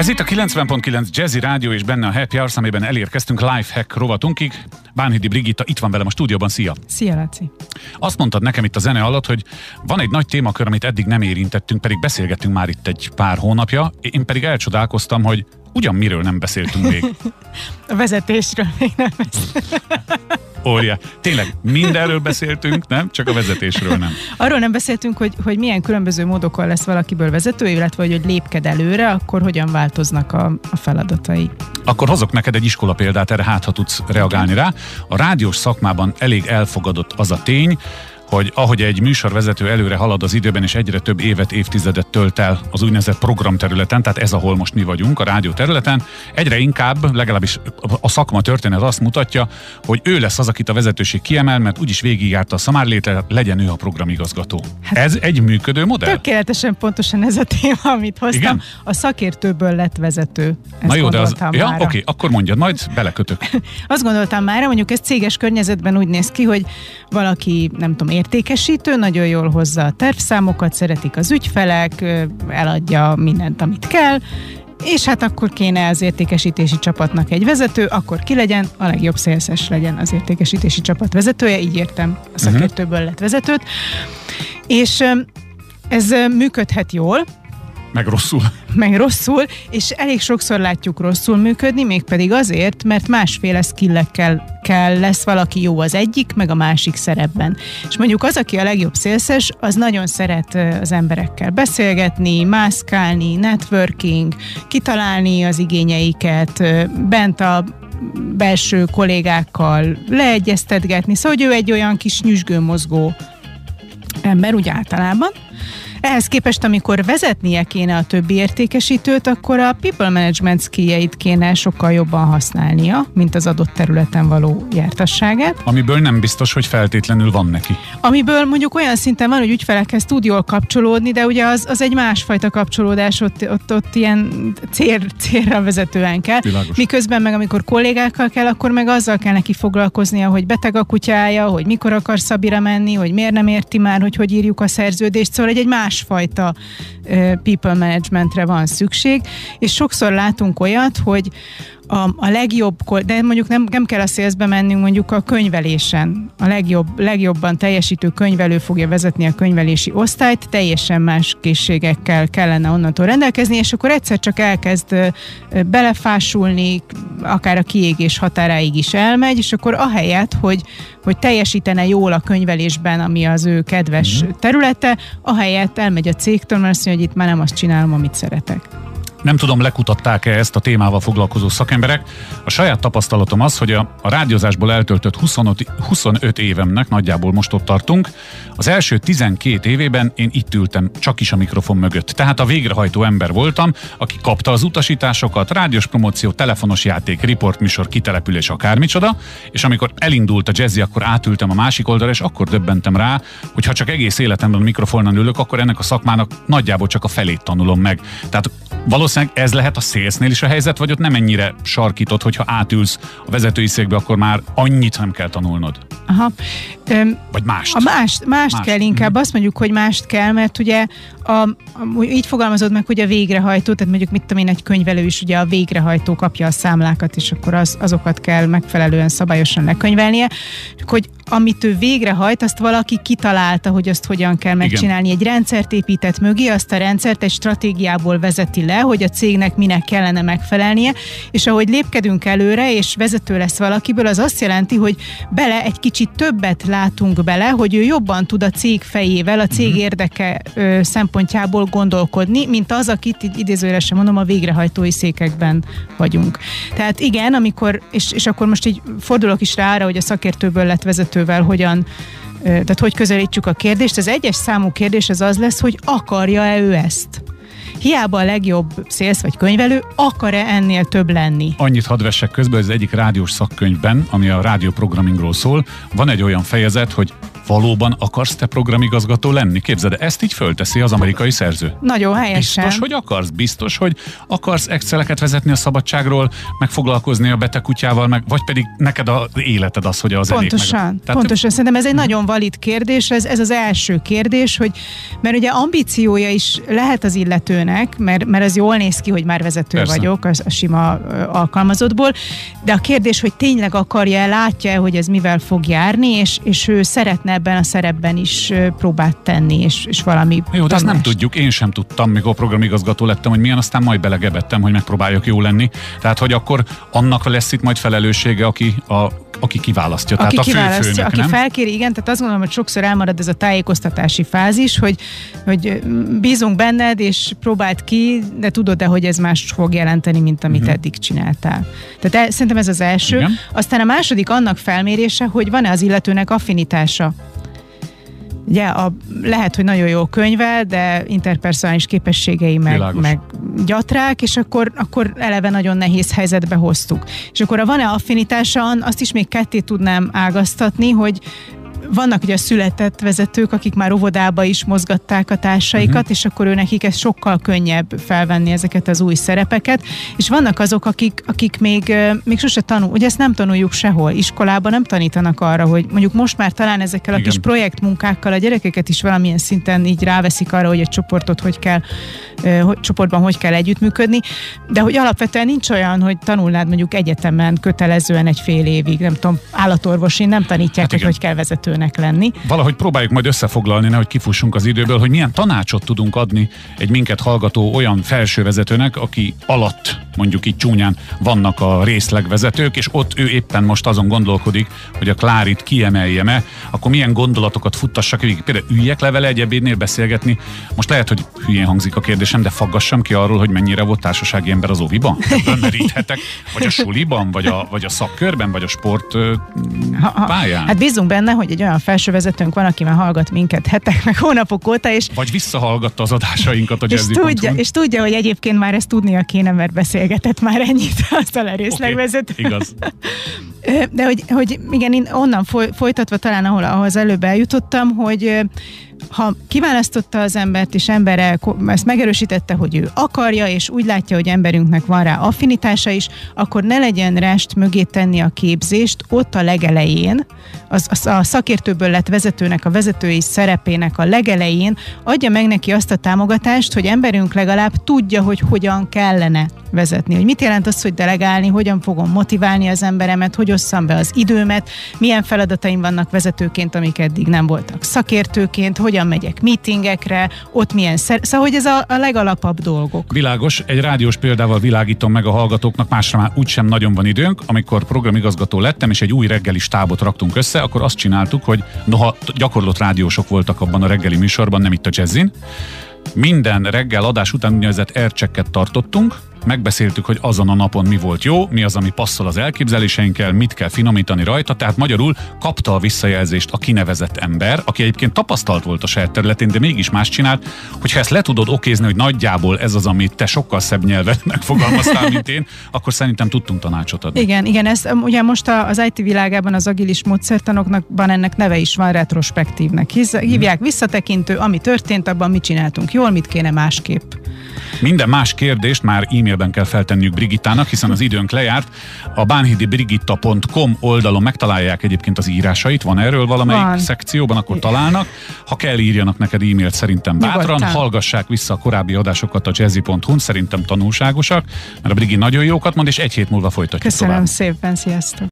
Ez itt a 90.9 Jazzy Rádió, és benne a Happy Hour, amiben elérkeztünk Lifehack rovatunkig. Bánhidi Brigitta itt van velem a stúdióban, szia! Szia, Laci! Azt mondtad nekem itt a zene alatt, hogy van egy nagy témakör, amit eddig nem érintettünk, pedig beszélgettünk már itt egy pár hónapja, én pedig elcsodálkoztam, hogy ugyan miről nem beszéltünk még. A vezetésről még nem beszéltünk. Óriá. Tényleg mindenről beszéltünk, nem? Csak a vezetésről nem. Arról nem beszéltünk, hogy milyen különböző módokon lesz valakiből vezető, illetve hogy lépked előre, akkor hogyan változnak a feladatai. Akkor hozok neked egy iskola példát, erre hát, ha tudsz reagálni rá. A rádiós szakmában elég elfogadott az a tény, hogy ahogy egy műsorvezető előre halad az időben, és egyre több évet, évtizedet tölt el az úgynevezett programterületen, tehát ez, ahol most mi vagyunk, a rádió területen, egyre inkább, legalábbis a szakma történet azt mutatja, hogy ő lesz az, akit a vezetőség kiemel, mert úgyis végigjárta a szamárlétre, legyen ő a programigazgató. Hát ez egy működő modell? Tökéletesen pontosan ez a téma, amit hoztam. Igen? A szakértőből lett vezető. Na jó, de az... Ja, oké, akkor mondjad, majd belekötök. Azt gondoltam már, mondjuk ez céges környezetben úgy néz ki, hogy valaki, nem tudom, értékesítő, nagyon jól hozza a tervszámokat, szeretik az ügyfelek, eladja mindent, amit kell, és hát akkor kéne az értékesítési csapatnak egy vezető, akkor ki legyen, a legjobb szélszes legyen az értékesítési csapat vezetője, így értem, a szakértőből lett vezetőt. És ez működhet jól, meg rosszul, és elég sokszor látjuk rosszul működni, mégpedig azért, mert másféle skillekkel lesz valaki jó az egyik, meg a másik szerepben. És mondjuk az, aki a legjobb szélszes, az nagyon szeret az emberekkel beszélgetni, mászkálni, networking, kitalálni az igényeiket, bent a belső kollégákkal leegyeztetgetni, szóval hogy ő egy olyan kis nyüzsgő mozgó ember úgy általában. Ehhez képest, amikor vezetnie kéne a többi értékesítőt, akkor a people management skilljeit kéne sokkal jobban használnia, mint az adott területen való jártasságát. Amiből nem biztos, hogy feltétlenül van neki. Amiből mondjuk olyan szinten van, hogy ügyfelekhez tud jól kapcsolódni, de ugye az egy másfajta kapcsolódás, ott ilyen célra vezetően kell. Világos. Miközben meg amikor kollégákkal kell, akkor meg azzal kell neki foglalkoznia, hogy beteg a kutyája, hogy mikor akar Szabira menni, hogy miért nem érti már, hogy írjuk a szerződést, szóval egy másfajta people managementre van szükség, és sokszor látunk olyat, hogy a legjobb, de mondjuk nem kell a szélszbe mennünk, mondjuk a könyvelésen. A legjobban teljesítő könyvelő fogja vezetni a könyvelési osztályt, teljesen más készségekkel kellene onnantól rendelkezni, és akkor egyszer csak elkezd belefásulni, akár a kiégés határáig is elmegy, és akkor ahelyett, hogy teljesítene jól a könyvelésben, ami az ő kedves területe, ahelyett elmegy a cégtől, mert azt mondja, hogy itt már nem azt csinálom, amit szeretek. Nem tudom, lekutatták-e ezt a témával foglalkozó szakemberek. A saját tapasztalatom az, hogy a rádiózásból eltöltött 25 évemnek, nagyjából most ott tartunk, az első 12 évében én itt ültem csak is a mikrofon mögött. Tehát a végrehajtó ember voltam, aki kapta az utasításokat, rádiós promóció, telefonos játék, riportműsor, kitelepülés, akármicsoda, és amikor elindult a Jazzy, akkor átültem a másik oldalra, és akkor döbbentem rá, hogy ha csak egész életemben a mikrofonon ülök, akkor ennek a szakmának nagyjából csak a felét tanulom meg. Tehát valószínűleg ez lehet a salesnél is a helyzet, vagy ott nem ennyire sarkított, hogyha átülsz a vezetői székbe, akkor már annyit nem kell tanulnod. Aha. Vagy mást. Mást kell inkább, azt mondjuk, hogy mást kell, mert ugye így fogalmazod meg, hogy a végrehajtó, tehát mondjuk mit tudom én, egy könyvelő is ugye a végrehajtó kapja a számlákat, és akkor azokat kell megfelelően szabályosan lekönyvelnie, hogy amit ő végrehajt, azt valaki kitalálta, hogy azt hogyan kell megcsinálni. Igen. Egy rendszert épített mögé, azt a rendszert egy stratégiából vezeti le, hogy a cégnek minek kellene megfelelnie, és ahogy lépkedünk előre, és vezető lesz valakiből, az azt jelenti, hogy egy kicsit többet látunk bele, hogy ő jobban tud a cég fejével, a cég érdeke szempontjából gondolkodni, mint az, akit így idézőjelesen mondom, a végrehajtói székekben vagyunk. Tehát igen, amikor, és akkor most így fordulok is rá arra, hogy a szakértőből lett vezetővel tehát hogy közelítsük a kérdést. Az egyes számú kérdés az lesz, hogy akarja-e ő ezt? Hiába a legjobb szélsz vagy könyvelő, akar-e ennél több lenni? Annyit hadd vessek közben, ez egyik rádiós szakkönyvben, ami a rádióprogrammingról szól, van egy olyan fejezet, hogy valóban akarsz te programigazgató lenni? Képzeld, ezt így fölteszi az amerikai szerző. Nagyon helyesen. Biztos, hogy akarsz? Biztos, hogy akarsz Exceleket vezetni a szabadságról, meg foglalkozni a beteg kutyával, meg, vagy pedig neked az életed az, hogy az pontosan, elég meg. Pontosan. Szerintem ez egy nagyon valid kérdés, ez az első kérdés, hogy mert ugye ambíciója is lehet az illetőnek, mert ez jól néz ki, hogy már vezető Persze. vagyok a sima alkalmazottból, de a kérdés, hogy tényleg akarja-e, látja-e, hogy ez mivel fog járni, és ő szeretne ebben a szerepben is próbát tenni, és valami jó, de ezt nem tudjuk, én sem tudtam, mikor programigazgató lettem, hogy milyen, aztán majd belegebettem, hogy megpróbáljak jó lenni. Tehát, hogy akkor annak lesz itt majd felelőssége, aki kiválasztja. Aki tehát kiválasztja, főnök, aki nem? felkéri, igen, tehát azt gondolom, hogy sokszor elmarad ez a tájékoztatási fázis, hogy bízunk benned, és próbáld ki, de tudod-e, hogy ez más fog jelenteni, mint amit eddig csináltál. Tehát szerintem ez az első. Igen. Aztán a második annak felmérése, hogy van-e az illetőnek affinitása. Ugye, lehet, hogy nagyon jó könyvel, de interpersonális képességei meg gyatrák, és akkor eleve nagyon nehéz helyzetbe hoztuk. És akkor ha van-e affinitása, azt is még ketté tudnám ágaztatni, hogy vannak ugye a született vezetők, akik már óvodába is mozgatták a társaikat, és akkor nekik ez sokkal könnyebb felvenni ezeket az új szerepeket, és vannak azok, akik még sose ugye ezt nem tanuljuk sehol, iskolában nem tanítanak arra, hogy mondjuk most már talán ezekkel a kis projektmunkákkal a gyerekeket is valamilyen szinten így ráveszik arra, hogy egy csoportban hogy kell együttműködni, de hogy alapvetően nincs olyan, hogy tanulnád mondjuk egyetemen kötelezően egy fél évig, nem tudom, állatorvosin nem tanítják, hogy kell vezetőnek lenni. Valahogy próbáljuk majd összefoglalni, nehogy kifussunk az időből, hogy milyen tanácsot tudunk adni egy minket hallgató olyan felsővezetőnek, aki alatt, mondjuk így csúnyán vannak a részlegvezetők, és ott ő éppen most azon gondolkodik, hogy a Klárit kiemeljem-e, akkor milyen gondolatokat futtassak végig. Például üljek le vele egy ebédnél beszélgetni. Most lehet, hogy hülyén hangzik a kérdésem, de faggassam ki arról, hogy mennyire volt társasági ember az oviban? Ebből meríthetek? Vagy a suliban, vagy a szakkörben, vagy a sport pályán? Hát bízunk benne, hogy egy olyan felsővezetőnk van, aki már hallgat minket hetek, meg hónapok óta, és vagy visszahallgatta az adásainkat a Jazzy.hu-n. És tudja, hogy egyébként már ezt tudnia kéne, mert beszélgetett már ennyit aztán a részlegvezető. Okay, igaz. De hogy igen, én onnan folytatva talán, ahhoz előbb eljutottam, hogy ha kiválasztotta az embert, és emberre ezt megerősítette, hogy ő akarja, és úgy látja, hogy emberünknek van rá affinitása is, akkor ne legyen rest mögé tenni a képzést ott a legelején, a szakértőből lett vezetőnek, a vezetői szerepének a legelején adja meg neki azt a támogatást, hogy emberünk legalább tudja, hogy hogyan kellene vezetni. Hogy mit jelent az, hogy delegálni, hogyan fogom motiválni az emberemet, hogy osszam be az időmet, milyen feladataim vannak vezetőként, amik eddig nem voltak szakértőként, hogyan megyek meetingekre, ott milyen szóval, hogy ez a legalapabb dolgok. Világos, egy rádiós példával világítom meg a hallgatóknak, másra már úgysem nagyon van időnk. Amikor programigazgató lettem, és egy új reggeli stábot raktunk össze, akkor azt csináltuk, hogy noha gyakorlott rádiósok voltak abban a reggeli műsorban, nem itt a Jazzin, minden reggel adás után úgynevezett airchecket tartottunk, megbeszéltük, hogy azon a napon mi volt jó, mi az, ami passzol az elképzeléseinkkel, mit kell finomítani rajta, tehát magyarul kapta a visszajelzést a kinevezett ember, aki egyébként tapasztalt volt a saját területén, de mégis más csinált, hogyha ezt le tudod okézni, hogy nagyjából ez az, amit te sokkal szebb nyelven megfogalmaztál, mint én, akkor szerintem tudtunk tanácsot adni. Igen, ez ugye most az IT világában az agilis módszertanokban ennek neve is van, retrospektívnek. Hívják visszatekintő, ami történt, abban mit csináltunk jól, mit kéne másképp. Minden más kérdést már e-mailben kell feltenniük Brigittának, hiszen az időnk lejárt. A bánhidibrigitta.com oldalon megtalálják egyébként az írásait, van erről valamelyik szekcióban, akkor találnak. Ha kell, írjanak neked e-mailt, szerintem bátran. Nyugodtan. Hallgassák vissza a korábbi adásokat a Jazzy.hu-n, szerintem tanulságosak, mert a Brigi nagyon jókat mond, és egy hét múlva folytatjuk Köszönöm tovább. szépen, sziasztok!